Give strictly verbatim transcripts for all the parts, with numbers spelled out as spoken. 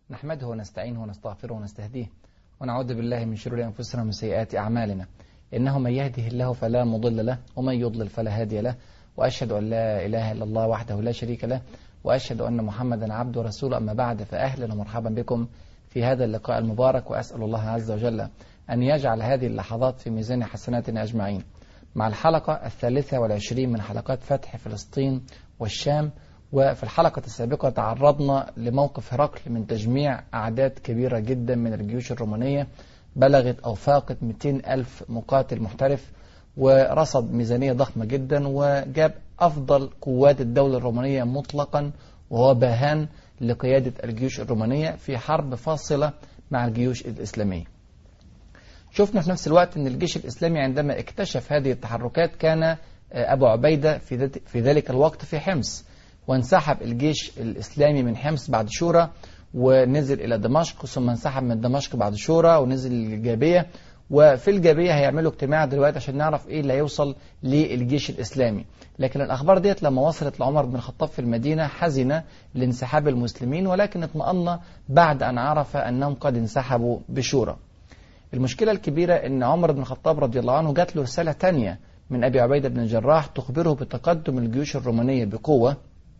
نحمده ونستعينه ونستغفره ونستهديه ونعوذ بالله من شرور أنفسنا ومن سيئات أعمالنا، إنه من يهده الله فلا مضل له ومن يضلل فلا هادي له، وأشهد أن لا إله إلا الله وحده لا شريك له، وأشهد أن محمدا عبده ورسوله. أما بعد، فأهلا ومرحبا بكم في هذا اللقاء المبارك، وأسأل الله عز وجل أن يجعل هذه اللحظات في ميزان حسناتنا أجمعين، مع الحلقة الثالثة والعشرين من حلقات فتح فلسطين والشام. وفي الحلقة السابقة تعرضنا لموقف هرقل من تجميع أعداد كبيرة جدا من الجيوش الرومانية، بلغت أو فاقت مئتين ألف مقاتل محترف، ورصد ميزانية ضخمة جدا، وجاب أفضل قوات الدولة الرومانية مطلقا، وهو باهان لقيادة الجيوش الرومانية في حرب فاصلة مع الجيوش الإسلامية. شفنا في نفس الوقت أن الجيش الإسلامي عندما اكتشف هذه التحركات كان أبو عبيدة في ذلك الوقت في حمص، وانسحب الجيش الإسلامي من حمص بعد شورى ونزل إلى دمشق، ثم انسحب من دمشق بعد شورى ونزل الجابية. وفي الجابية هيعملوا اجتماع دلوقتي عشان نعرف إيه اللي هيوصل للجيش الإسلامي. لكن الأخبار ديت لما وصلت لعمر بن الخطاب في المدينة حزن لانسحاب المسلمين، ولكن اطمأن بعد أن عرف أنهم قد انسحبوا بشورى. المشكلة الكبيرة أن عمر بن الخطاب رضي الله عنه جات له رسالة تانية من أبي عبيدة بن الجراح تخبره بتقدم الجيوش الرومانية بقوة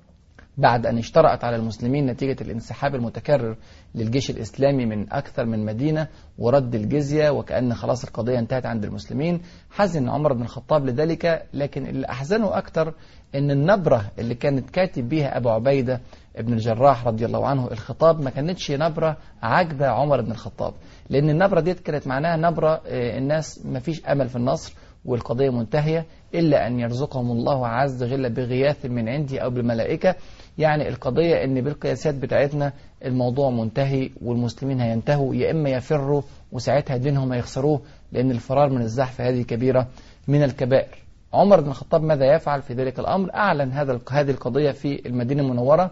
بعد أن اشترأت على المسلمين نتيجة الانسحاب المتكرر للجيش الإسلامي من أكثر من مدينة ورد الجزية، وكأن خلاص القضية انتهت عند المسلمين. حزن عمر بن الخطاب لذلك، لكن اللي أحزنه أكثر أن النبرة اللي كانت كاتب بيها أبو عبيدة بن الجراح رضي الله عنه الخطاب ما كانتش نبرة عاجبة عمر بن الخطاب، لأن النبرة ديت كانت معناها نبرة الناس ما فيش أمل في النصر والقضية منتهية إلا أن يرزقهم الله عز وجل بغياث من عنده أو بالملائكة. يعني القضية أن بالقياسات بتاعتنا الموضوع منتهي والمسلمين هينتهوا، يا إما يفروا وساعتها دينهم هيخسروه، لأن الفرار من الزحف هذه كبيرة من الكبائر. عمر بن الخطاب ماذا يفعل في ذلك الأمر؟ أعلن هذا هذه القضية في المدينة المنورة،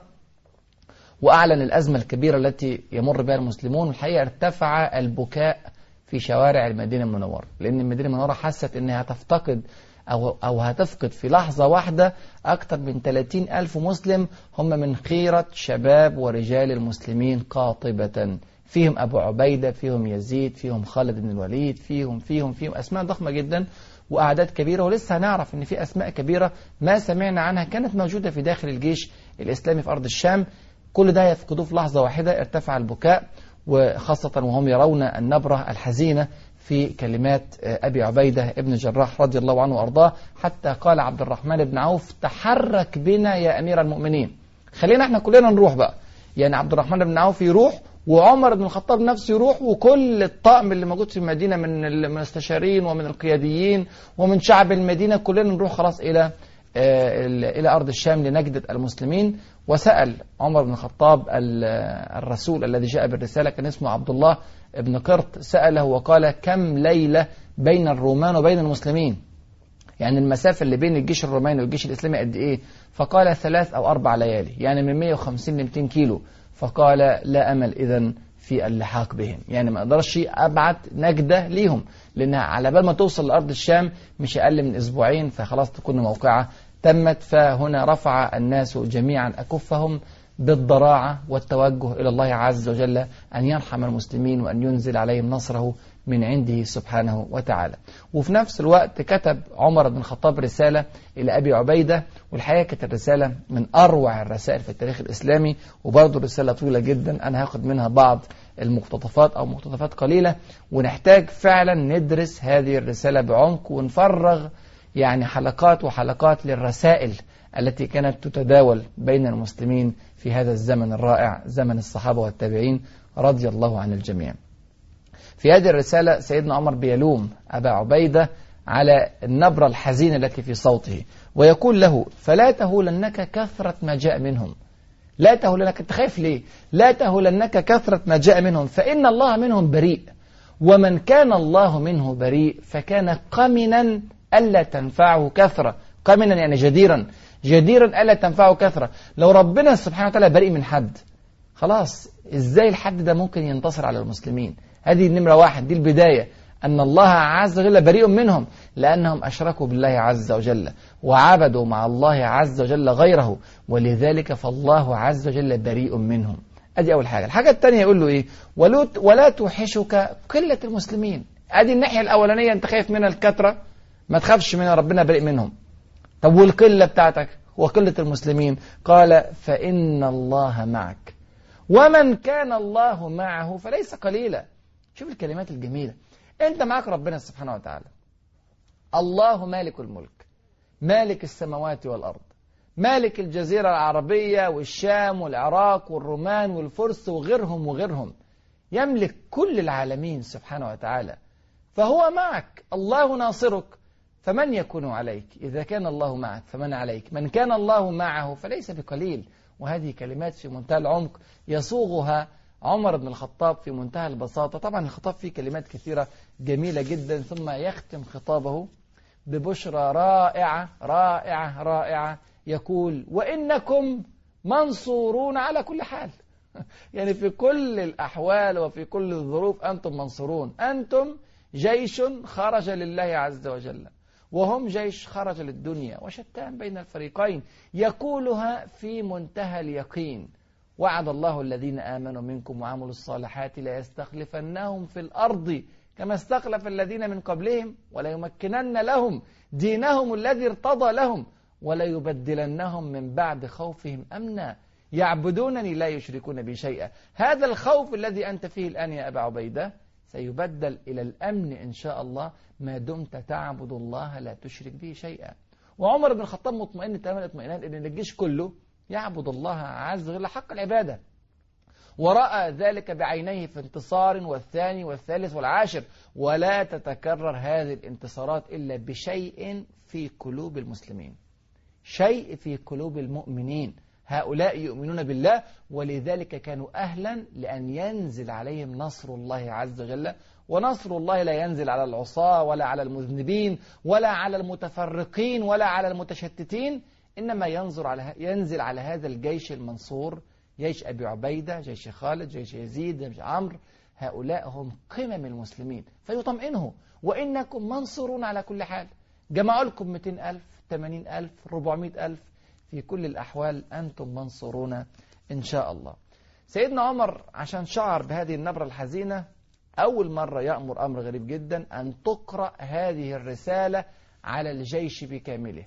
وأعلن الأزمة الكبيرة التي يمر بها المسلمون. والحقيقة ارتفع البكاء في شوارع المدينة المنورة، لأن المدينة المنورة حست أنها هتفتقد أو, أو هتفقد في لحظة واحدة أكثر من ثلاثين ألف مسلم، هم من خيرة شباب ورجال المسلمين قاطبة، فيهم أبو عبيدة، فيهم يزيد، فيهم خالد بن الوليد، فيهم فيهم فيهم أسماء ضخمة جدا وأعداد كبيرة. ولسه هنعرف أن في أسماء كبيرة ما سمعنا عنها كانت موجودة في داخل الجيش الإسلامي في أرض الشام. كل ده يفقدوه في لحظة واحدة. ارتفع البكاء، وخاصة وهم يرون النبرة الحزينة في كلمات أبي عبيدة ابن الجراح رضي الله عنه وأرضاه، حتى قال عبد الرحمن بن عوف: تحرك بنا يا أمير المؤمنين، خلينا احنا كلنا نروح بقى. يعني عبد الرحمن بن عوف يروح، وعمر بن الخطاب نفسه يروح، وكل الطاقم اللي موجود في المدينة من المستشارين ومن القياديين ومن شعب المدينة كلنا نروح خلاص إلى إلى أرض الشام لنجدة المسلمين. وسأل عمر بن الخطاب الرسول الذي جاء بالرسالة، كان اسمه عبد الله ابن قرط، سأله وقال: كم ليلة بين الرومان وبين المسلمين؟ يعني المسافة اللي بين الجيش الروماني والجيش الإسلامي قد إيه؟ فقال: ثلاث أو أربع ليالي، يعني من مئة وخمسين ل مئتين كيلو. فقال: لا أمل إذن في اللحاق بهم، يعني ما أقدرش أبعت نجدة ليهم، لأنها على بال ما توصل لأرض الشام مش أقل من أسبوعين، فخلاص تكون موقعة تمت. فهنا رفع الناس جميعا أكفهم بالضراعة والتوجه إلى الله عز وجل أن يرحم المسلمين وأن ينزل عليهم نصره من عنده سبحانه وتعالى. وفي نفس الوقت كتب عمر بن الخطاب رسالة إلى أبي عبيدة، والحقيقة كانت الرسالة من أروع الرسائل في التاريخ الإسلامي، وبرضه رسالة طويلة جدا، أنا هاخد منها بعض المقتطفات أو مقتطفات قليلة، ونحتاج فعلا ندرس هذه الرسالة بعمق ونفرغ يعني حلقات وحلقات للرسائل التي كانت تتداول بين المسلمين في هذا الزمن الرائع، زمن الصحابة والتابعين رضي الله عن الجميع. في هذه الرسالة سيدنا عمر بيلوم أبا عبيدة على النبرة الحزينة التي في صوته، ويقول له: فلا تهولنك كثرة ما جاء منهم، لا تهولنك، أنت خايف ليه؟ لا تهولنك كثرة ما جاء منهم، فإن الله منهم بريء، ومن كان الله منه بريء فكان قمنا ألا تنفعه كثرة. قمنا يعني جديرا، جديرا ألا تنفعه كثرة. لو ربنا سبحانه وتعالى بريء من حد، خلاص إزاي الحد ده ممكن ينتصر على المسلمين؟ هذه النمرة واحد، دي البداية، أن الله عز وجل بريء منهم لأنهم أشركوا بالله عز وجل وعبدوا مع الله عز وجل غيره، ولذلك فالله عز وجل بريء منهم. ادي اول حاجه. الحاجه الثانيه يقول له ايه؟ ولا توحشك قله المسلمين. ادي الناحيه الاولانيه، انت خايف منها الكثره، ما تخافش منها، ربنا بريء منهم. طب والقله بتاعتك وقله المسلمين؟ قال فان الله معك ومن كان الله معه فليس قليلا. شوف الكلمات الجميله. انت معك ربنا سبحانه وتعالى، الله مالك الملك، مالك السماوات والارض، مالك الجزيرة العربية والشام والعراق والرومان والفرس وغيرهم وغيرهم، يملك كل العالمين سبحانه وتعالى، فهو معك. الله ناصرك، فمن يكون عليك؟ إذا كان الله معك فمن عليك؟ من كان الله معه فليس بقليل. وهذه كلمات في منتهى العمق يصوغها عمر بن الخطاب في منتهى البساطة. طبعا الخطاب فيه كلمات كثيرة جميلة جدا، ثم يختم خطابه ببشرى رائعة رائعة رائعة، يقول وإنكم منصورون على كل حال. يعني في كل الأحوال وفي كل الظروف أنتم منصورون. أنتم جيش خرج لله عز وجل، وهم جيش خرج للدنيا، وشتان بين الفريقين. يقولها في منتهى اليقين: وعد الله الذين آمنوا منكم وعملوا الصالحات ليستخلفنهم في الأرض كما استخلف الذين من قبلهم وليمكنن لهم دينهم الذي ارتضى لهم وليبدلنهم من بعد خوفهم أمنا يعبدونني لا يشركون بي شيئا. هذا الخوف الذي أنت فيه الآن يا أبا عبيدة سيبدل إلى الأمن إن شاء الله ما دمت تعبد الله لا تشرك به شيئا. وعمر بن الخطاب مطمئن تماما اطمئنان إن الجيش كله يعبد الله عز وجل حق العبادة، ورأى ذلك بعينيه في انتصار والثاني والثالث والعاشر. ولا تتكرر هذه الانتصارات إلا بشيء في قلوب المسلمين، شيء في قلوب المؤمنين. هؤلاء يؤمنون بالله، ولذلك كانوا أهلا لأن ينزل عليهم نصر الله عز وجل. ونصر الله لا ينزل على العصاة ولا على المذنبين ولا على المتفرقين ولا على المتشتتين، إنما ينظر على ينزل على هذا الجيش المنصور، جيش أبي عبيدة، جيش خالد، جيش يزيد، جيش عمرو. هؤلاء هم قمم المسلمين، فيطمئنه وإنكم منصورون على كل حال. جمعوا لكم مئتين ألف، ثمانين ألف، أربعمائة ألف، في كل الأحوال أنتم منصورون إن شاء الله. سيدنا عمر عشان شعر بهذه النبرة الحزينة أول مرة يأمر أمر غريب جدا، أن تقرأ هذه الرسالة على الجيش بكامله.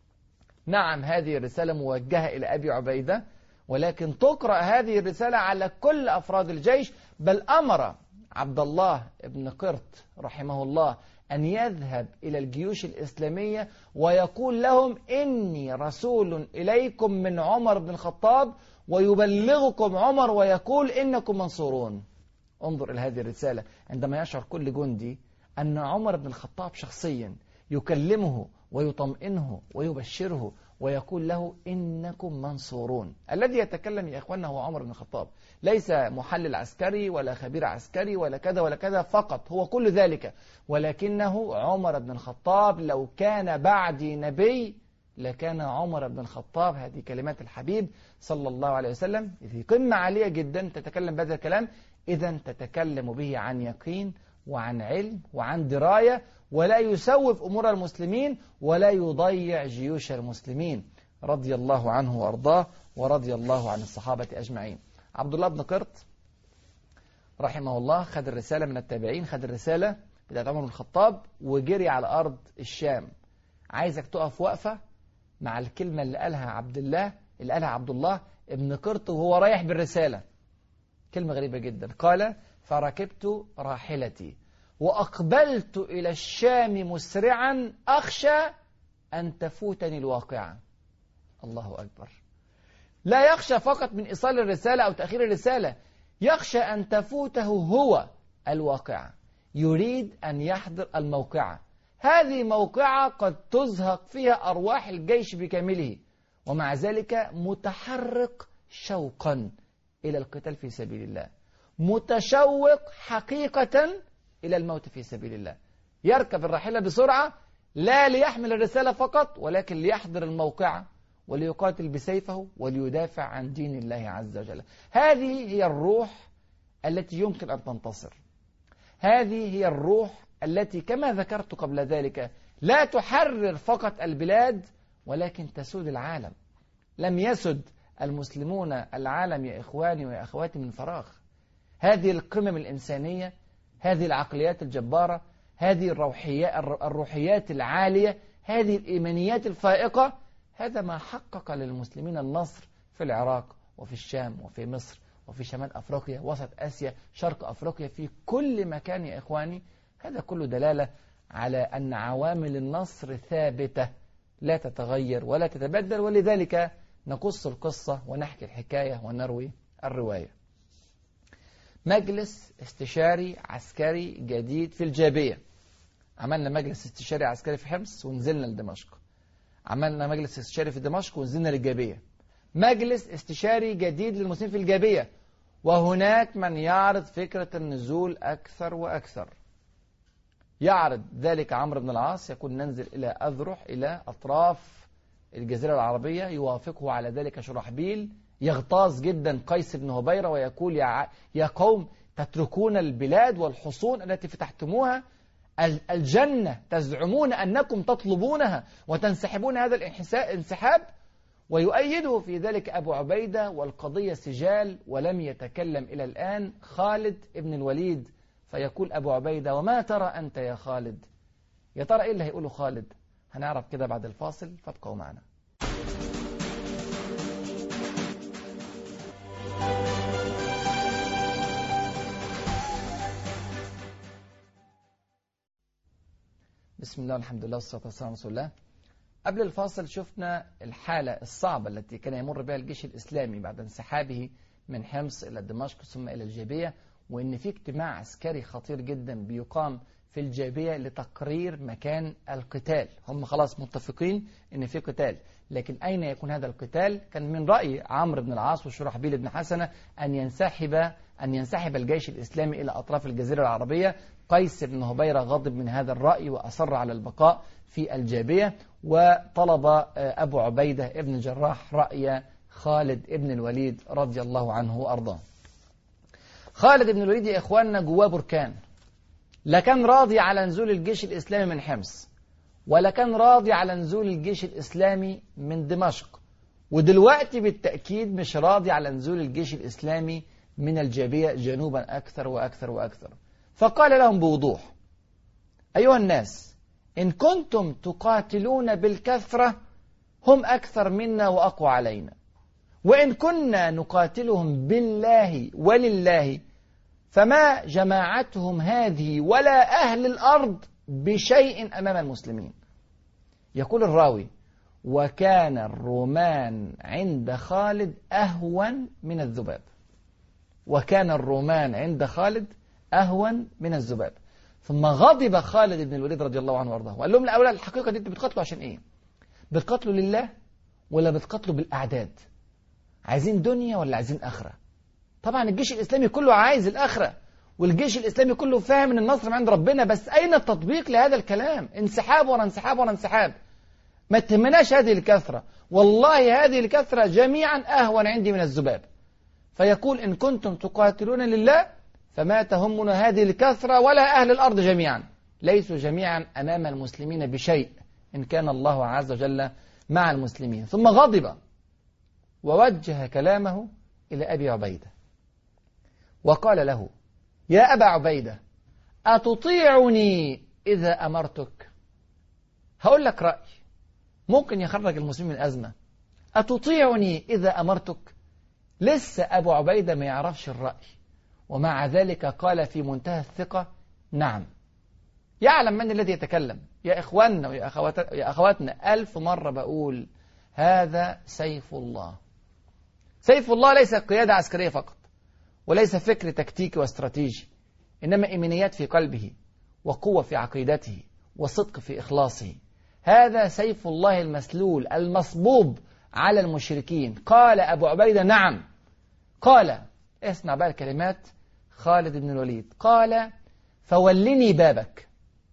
نعم هذه الرسالة موجهة إلى أبي عبيدة، ولكن تقرأ هذه الرسالة على كل أفراد الجيش. بل أمر عبد الله بن قرط رحمه الله أن يذهب إلى الجيوش الإسلامية ويقول لهم إني رسول إليكم من عمر بن الخطاب ويبلغكم عمر ويقول إنكم منصورون. انظر إلى هذه الرسالة عندما يشعر كل جندي أن عمر بن الخطاب شخصيا يكلمه ويطمئنه ويبشره ويقول له إنكم منصورون. الذي يتكلم يا إخواننا هو عمر بن الخطاب، ليس محلل عسكري ولا خبير عسكري ولا كذا ولا كذا فقط، هو كل ذلك، ولكنه عمر بن الخطاب. لو كان بعدي نبي لكان عمر بن الخطاب. هذه كلمات الحبيب صلى الله عليه وسلم في قمة عالية جدا تتكلم بهذا الكلام، إذا تتكلم به عن يقين وعن علم وعن دراية، ولا يسوف أمور المسلمين ولا يضيع جيوش المسلمين. رضي الله عنه وأرضاه ورضي الله عن الصحابة أجمعين. عبد الله بن قرط رحمه الله خد الرسالة من التابعين، خد الرسالة بتاعت عمر بن الخطاب وجري على أرض الشام. عايزك تقف وقفة مع الكلمة اللي قالها عبد الله اللي قالها عبد الله ابن قرط وهو رايح بالرسالة. كلمة غريبة جدا. قال فركبت راحلتي وأقبلت إلى الشام مسرعا أخشى أن تفوتني الواقعة. الله أكبر. لا يخشى فقط من إيصال الرسالة أو تأخير الرسالة، يخشى أن تفوته هو الواقعة. يريد أن يحضر الموقعة. هذه موقعة قد تزهق فيها أرواح الجيش بكامله، ومع ذلك متحرك شوقا إلى القتال في سبيل الله، متشوق حقيقة إلى الموت في سبيل الله. يركب الراحلة بسرعة لا ليحمل الرسالة فقط، ولكن ليحضر الموقعة وليقاتل بسيفه وليدافع عن دين الله عز وجل. هذه هي الروح التي يمكن أن تنتصر. هذه هي الروح التي كما ذكرت قبل ذلك لا تحرر فقط البلاد ولكن تسود العالم. لم يسد المسلمون العالم يا إخواني ويا أخواتي من فراغ. هذه القمم الإنسانية، هذه العقليات الجبارة، هذه الروحيات, الروحيات العالية، هذه الإيمانيات الفائقة، هذا ما حقق للمسلمين النصر في العراق وفي الشام وفي مصر وفي شمال أفريقيا، وسط آسيا، شرق أفريقيا، في كل مكان يا إخواني. هذا كله دلالة على أن عوامل النصر ثابتة لا تتغير ولا تتبدل، ولذلك نقص القصة ونحكي الحكاية ونروي الرواية. مجلس استشاري عسكري جديد في الجابية. عملنا مجلس استشاري عسكري في حمص ونزلنا لدمشق، عملنا مجلس استشاري في دمشق ونزلنا للجابية. مجلس استشاري جديد للمسلمين في الجابية، وهناك من يعرض فكرة النزول أكثر وأكثر. يعرض ذلك عمرو بن العاص، يقول ننزل إلى أذرح إلى أطراف الجزيرة العربية، يوافقه على ذلك شرحبيل، يغتاظ جدا قيس بن هبيرة ويقول يا, ع... يا قوم تتركون البلاد والحصون التي فتحتموها، الجنة تزعمون أنكم تطلبونها وتنسحبون هذا الانسحاب. ويؤيده في ذلك أبو عبيدة، والقضية سجال، ولم يتكلم إلى الآن خالد ابن الوليد. فيقول أبو عبيدة وما ترى أنت يا خالد؟ يا ترى إيه اللي هيقوله خالد؟ هنعرف كده بعد الفاصل، فابقوا معنا. بسم الله والحمد لله والصلاة والسلام على رسول الله. قبل الفاصل شفنا الحالة الصعبة التي كان يمر بها الجيش الإسلامي بعد انسحابه من حمص إلى دمشق ثم إلى الجابية، وإن في اجتماع عسكري خطير جدا بيقام في الجابية لتقرير مكان القتال. هم خلاص متفقين إن في قتال، لكن أين يكون هذا القتال؟ كان من رأي عمرو بن العاص وشرحبيل بن حسنة أن ينسحب أن ينسحب الجيش الإسلامي إلى أطراف الجزيرة العربية. قيس بن هبيرة غضب من هذا الرأي وأصر على البقاء في الجابية، وطلب أبو عبيدة ابن الجراح رأي خالد ابن الوليد رضي الله عنه وأرضاه. خالد بن الوليد يا إخواننا جواه بركان، لا كان راضي على نزول الجيش الإسلامي من حمص، ولا كان راضي على نزول الجيش الإسلامي من دمشق، ودلوقتي بالتأكيد مش راضي على نزول الجيش الإسلامي من الجابية جنوبا أكثر وأكثر وأكثر. فقال لهم بوضوح: أيها الناس، إن كنتم تقاتلون بالكثرة هم أكثر منا وأقوى علينا، وإن كنا نقاتلهم بالله ولله فما جماعتهم هذه ولا أهل الأرض بشيء أمام المسلمين. يقول الراوي: وكان الرومان عند خالد أهون من الذباب. وكان الرومان عند خالد أهون من الذباب. ثم غضب خالد بن الوليد رضي الله عنه وارضاه وقال لهم: لا، أولا الحقيقة دي انتوا بتقاتلوا عشان إيه؟ بتقاتلوا لله ولا بتقاتلوا بالأعداد؟ عايزين دنيا ولا عايزين آخرة؟ طبعا الجيش الإسلامي كله عايز الآخرة، والجيش الإسلامي كله فاهم ان النصر من عند ربنا، بس أين التطبيق لهذا الكلام؟ انسحاب ورا انسحاب ورا انسحاب. ما تهمناش هذه الكثرة، والله هذه الكثرة جميعا أهون عندي من الذباب. فيقول: إن كنتم تقاتلون لله فما تهمنا هذه الكثرة ولا أهل الأرض جميعا، ليسوا جميعا أمام المسلمين بشيء إن كان الله عز وجل مع المسلمين. ثم غضب ووجه كلامه إلى أبي عبيدة وقال له: يا أبا عبيدة، أتطيعني إذا أمرتك؟ هقول لك رأي ممكن يخرج المسلمين من الأزمة. أتطيعني إذا أمرتك؟ لسه أبو عبيدة ما يعرفش الرأي، ومع ذلك قال في منتهى الثقة: نعم. يعلم من الذي يتكلم. يا إخواننا ويا أخوات يا أخواتنا، ألف مرة بقول: هذا سيف الله. سيف الله ليس قيادة عسكرية فقط، وليس فكر تكتيكي واستراتيجي، إنما إيمانيات في قلبه، وقوة في عقيدته، وصدق في إخلاصه. هذا سيف الله المسلول المصبوب على المشركين. قال أبو عبيدة: نعم. قال، اسمع بقى الكلمات خالد بن الوليد، قال: فولني بابك.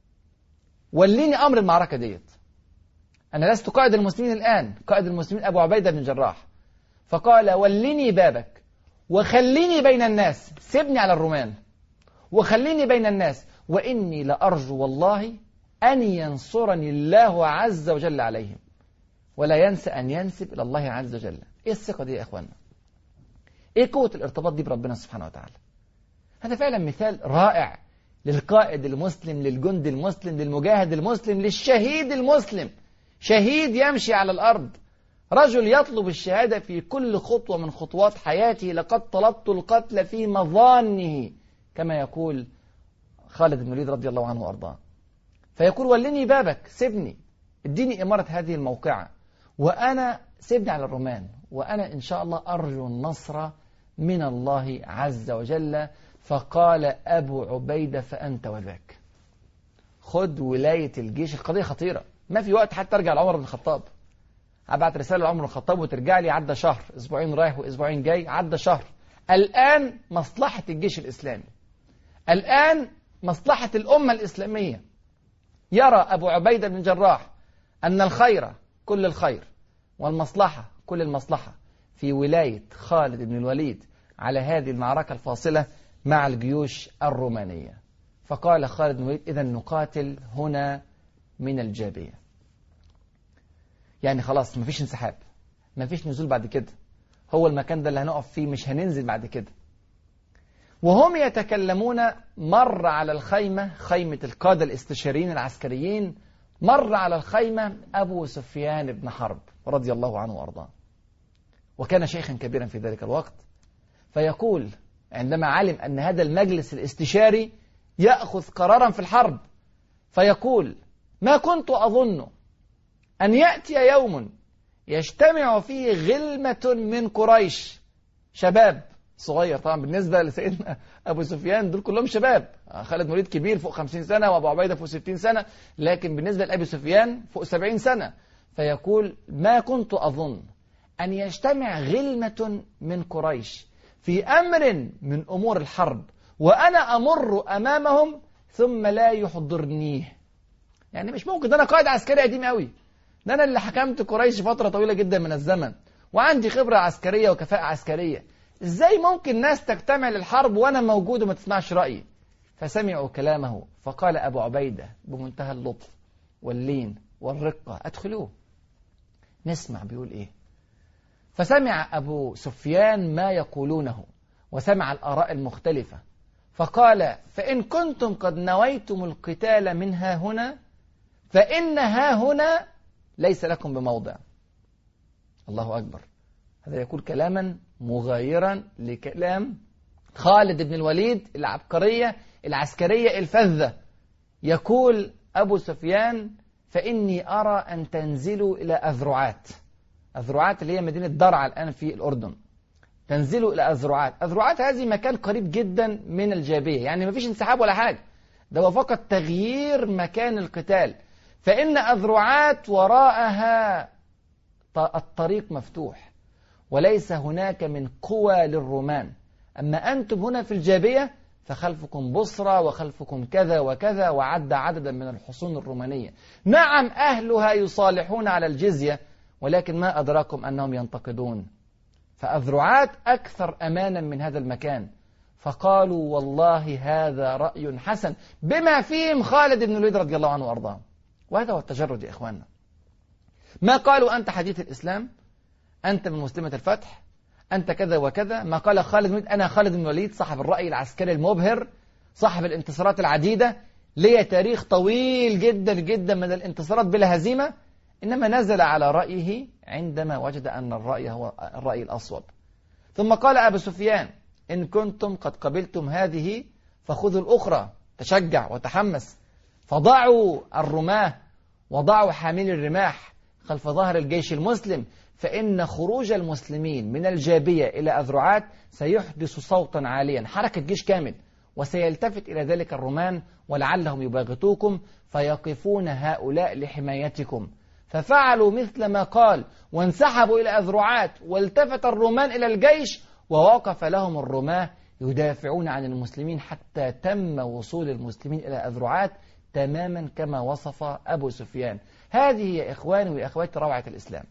ولني أمر المعركة ديت. أنا لست قائد المسلمين الآن، قائد المسلمين أبو عبيدة بن الجراح. فقال: ولني بابك وخليني بين الناس، سيبني على الرومان وخليني بين الناس، وإني لأرجو والله أن ينصرني الله عز وجل عليهم، ولا ينسى أن ينسب إلى الله عز وجل. إيه الثقة دي يا إخوانا؟ إيه قوة الارتباط دي بربنا سبحانه وتعالى؟ هذا فعلا مثال رائع للقائد المسلم، للجند المسلم، للمجاهد المسلم، للشهيد المسلم. شهيد يمشي على الأرض، رجل يطلب الشهادة في كل خطوة من خطوات حياته. لقد طلبت القتل في مظانه، كما يقول خالد بن الوليد رضي الله عنه وأرضاه. فيقول ولني بابك، سيبني، اديني إمارة هذه الموقعة، وأنا سيبني على الرومان، وأنا إن شاء الله أرجو النصر من الله عز وجل. فقال أبو عبيدة فأنت وذاك، خد ولاية الجيش. القضية خطيرة، ما في وقت حتى أرجع لعمر بن الخطاب. أبعت رسالة لعمر بن الخطاب وترجع لي، عدى شهر، أسبوعين رايح وأسبوعين جاي، عدى شهر. الآن مصلحة الجيش الإسلامي، الآن مصلحة الأمة الإسلامية. يرى أبو عبيدة بن الجراح أن الخير كل الخير والمصلحة كل المصلحة في ولاية خالد بن الوليد على هذه المعركة الفاصلة مع الجيوش الرومانية. فقال خالد بن الوليد إذن نقاتل هنا من الجابية. يعني خلاص مفيش انسحاب، مفيش نزول بعد كده، هو المكان ده اللي هنقف فيه، مش هننزل بعد كده. وهم يتكلمون مر على الخيمة، خيمة القادة الاستشاريين العسكريين، مر على الخيمة أبو سفيان بن حرب رضي الله عنه وأرضاه، وكان شيخا كبيرا في ذلك الوقت. فيقول عندما علم أن هذا المجلس الاستشاري يأخذ قرارا في الحرب، فيقول ما كنت أظن أن يأتي يوم يجتمع فيه غلمة من قريش، شباب صغير طبعا بالنسبة لسيدنا أبو سفيان، دول كلهم شباب. خالد مريد كبير فوق خمسين سنة، وأبو عبيدة فوق ستين سنة، لكن بالنسبة لأبي سفيان فوق سبعين سنة. فيقول ما كنت أظن أن يجتمع غلمة من قريش في أمر من أمور الحرب وأنا أمر أمامهم ثم لا يحضرنيه. يعني مش ممكن، ده أنا قائد عسكري قديم قوي، ده أنا اللي حكمت قريش فترة طويلة جدا من الزمن، وعندي خبرة عسكرية وكفاءة عسكرية، إزاي ممكن ناس تجتمع للحرب وأنا موجود وما تسمعش رأيي؟ فسمعوا كلامه، فقال أبو عبيدة بمنتهى اللطف واللين والرقة أدخلوه نسمع بيقول إيه. فسمع أبو سفيان ما يقولونه وسمع الآراء المختلفة، فقال فإن كنتم قد نويتم القتال من ها هنا فإن ها هنا ليس لكم بموضع. الله أكبر، هذا يقول كلاما مغايرا لكلام خالد بن الوليد العبقرية العسكرية الفذة. يقول أبو سفيان فإني أرى أن تنزلوا إلى أذرعات، أذرعات اللي هي مدينة درعا الآن في الأردن، تنزلوا إلى أذرعات. أذرعات هذه مكان قريب جدا من الجابية، يعني ما فيش انسحاب ولا حاجة، ده هو فقط تغيير مكان القتال. فإن أذرعات وراءها الطريق مفتوح وليس هناك من قوى للرومان، أما أنتم هنا في الجابية فخلفكم بصرة وخلفكم كذا وكذا، وعد عددا من الحصون الرومانية. نعم أهلها يصالحون على الجزية، ولكن ما أدراكم أنهم ينتقدون، فأذرعات أكثر أمانا من هذا المكان. فقالوا والله هذا رأي حسن، بما فيهم خالد بن الوليد رضي الله عنه وأرضاه. وهذا هو التجرد يا إخواننا. ما قالوا أنت حديث الإسلام، أنت من مسلمة الفتح، أنت كذا وكذا. ما قال خالد بن الوليد أنا خالد بن الوليد صاحب الرأي العسكري المبهر، صاحب الانتصارات العديدة، لي تاريخ طويل جدا جدا من الانتصارات بلا هزيمة، إنما نزل على رأيه عندما وجد أن الرأي هو الرأي الأصوب. ثم قال أبو سفيان إن كنتم قد قبلتم هذه فخذوا الأخرى، تشجع وتحمس. فضعوا الرماة وضعوا حامل الرماح خلف ظهر الجيش المسلم، فإن خروج المسلمين من الجابية إلى أذرعات سيحدث صوتا عاليا، حركة جيش كامل، وسيلتفت إلى ذلك الرومان ولعلهم يباغتوكم فيقفون هؤلاء لحمايتكم. ففعلوا مثل ما قال وانسحبوا إلى أذرعات، والتفت الرومان إلى الجيش ووقف لهم الرماة يدافعون عن المسلمين حتى تم وصول المسلمين إلى أذرعات تماما كما وصف أبو سفيان. هذه يا إخواني وأخواتي روعة الإسلام،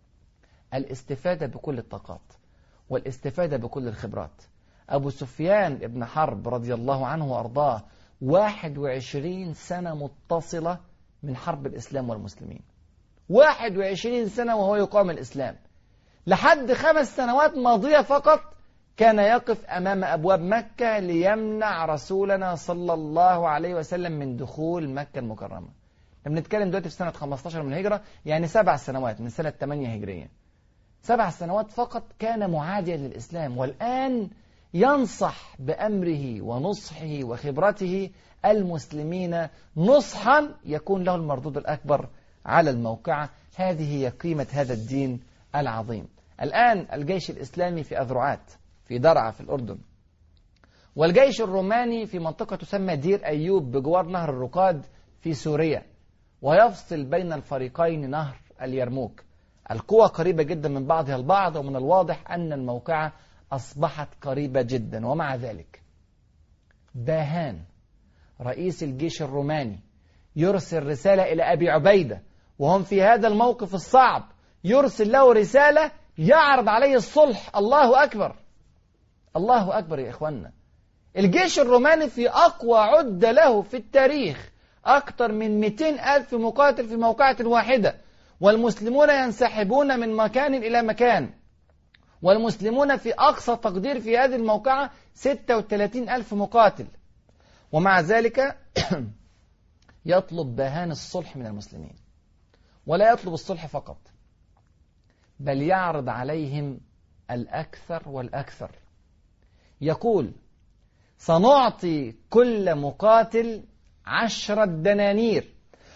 الاستفادة بكل الطاقات والاستفادة بكل الخبرات. أبو سفيان ابن حرب رضي الله عنه وأرضاه واحد وعشرين سنة متصلة من حرب الإسلام والمسلمين، واحد وعشرين سنة وهو يقام الإسلام، لحد خمس سنوات ماضية فقط كان يقف أمام أبواب مكة ليمنع رسولنا صلى الله عليه وسلم من دخول مكة المكرمة. بنتكلم دلوقتي في سنة خمستاشر من الهجرة، يعني سبع سنوات من سنة ثمانية هجرية. سبع سنوات فقط كان معاديا للإسلام، والآن ينصح بأمره ونصحه وخبرته المسلمين نصحا يكون له المردود الأكبر على الموقعة. هذه هي قيمة هذا الدين العظيم. الآن الجيش الإسلامي في أذرعات في درعا في الأردن، والجيش الروماني في منطقة تسمى دير أيوب بجوار نهر الرقاد في سوريا، ويفصل بين الفريقين نهر اليرموك. القوى قريبة جدا من بعضها البعض، ومن الواضح أن الموقعة أصبحت قريبة جدا. ومع ذلك باهان رئيس الجيش الروماني يرسل رسالة إلى أبي عبيدة وهم في هذا الموقف الصعب، يرسل له رسالة يعرض عليه الصلح. الله أكبر، الله أكبر يا إخواننا. الجيش الروماني في أقوى عدة له في التاريخ، أكثر من مئتين ألف مقاتل في موقعة واحدة، والمسلمون ينسحبون من مكان إلى مكان، والمسلمون في أقصى تقدير في هذه الموقعة ستة وثلاثين ألف مقاتل. ومع ذلك يطلب باهان الصلح من المسلمين، ولا يطلب الصلح فقط، بل يعرض عليهم الأكثر والأكثر. يقول: سنعطي كل مقاتل عشرة دنانير.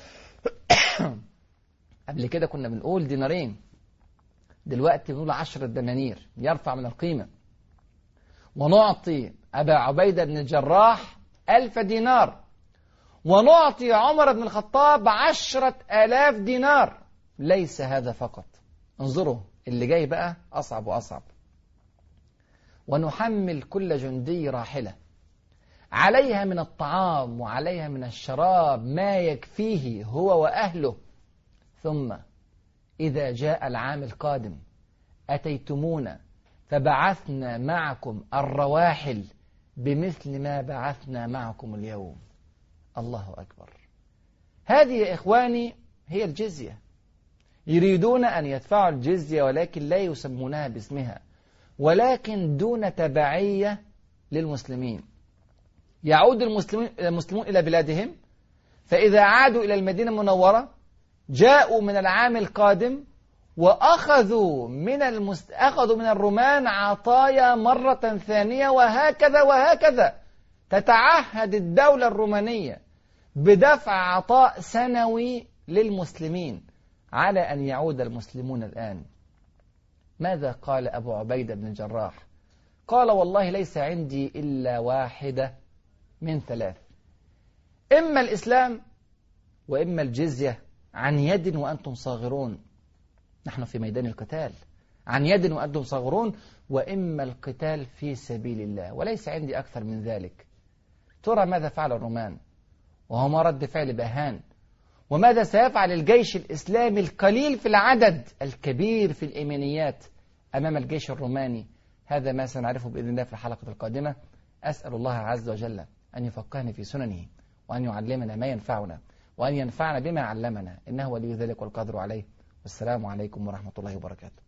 قبل كده كنا بنقول دينارين، دلوقتي بنقول عشرة دنانير، يرفع من القيمة. ونعطي أبا عبيدة بن الجراح ألف دينار، ونعطي عمر بن الخطاب عشرة آلاف دينار. ليس هذا فقط، انظروا اللي جاي بقى أصعب وأصعب. ونحمل كل جندي راحلة عليها من الطعام وعليها من الشراب ما يكفيه هو وأهله، ثم إذا جاء العام القادم أتيتمونا فبعثنا معكم الرواحل بمثل ما بعثنا معكم اليوم. الله أكبر. هذه يا إخواني هي الجزية. يريدون أن يدفعوا الجزية ولكن لا يسمونها باسمها، ولكن دون تبعية للمسلمين. يعود المسلمين المسلمون إلى بلادهم، فإذا عادوا إلى المدينة المنورة جاءوا من العام القادم وأخذوا من المست... أخذوا من الرومان عطايا مرة ثانية، وهكذا وهكذا. تتعهد الدولة الرومانية بدفع عطاء سنوي للمسلمين على أن يعود المسلمون الآن. ماذا قال أبو عبيدة بن الجراح؟ قال: والله ليس عندي إلا واحدة من ثلاث، إما الإسلام وإما الجزية عن يد وأنتم صاغرون. نحن في ميدان القتال، عن يد وأنتم صاغرون، وإما القتال في سبيل الله، وليس عندي أكثر من ذلك. ترى ماذا فعل الرومان؟ وهو ما رد فعل باهان. وماذا سيفعل الجيش الإسلامي القليل في العدد الكبير في الإيمانيات أمام الجيش الروماني؟ هذا ما سنعرفه بإذن الله في الحلقة القادمة. أسأل الله عز وجل أن يفقهنا في سننه، وأن يعلمنا ما ينفعنا، وأن ينفعنا بما علمنا، إنه ولي ذلك والقادر عليه. والسلام عليكم ورحمة الله وبركاته.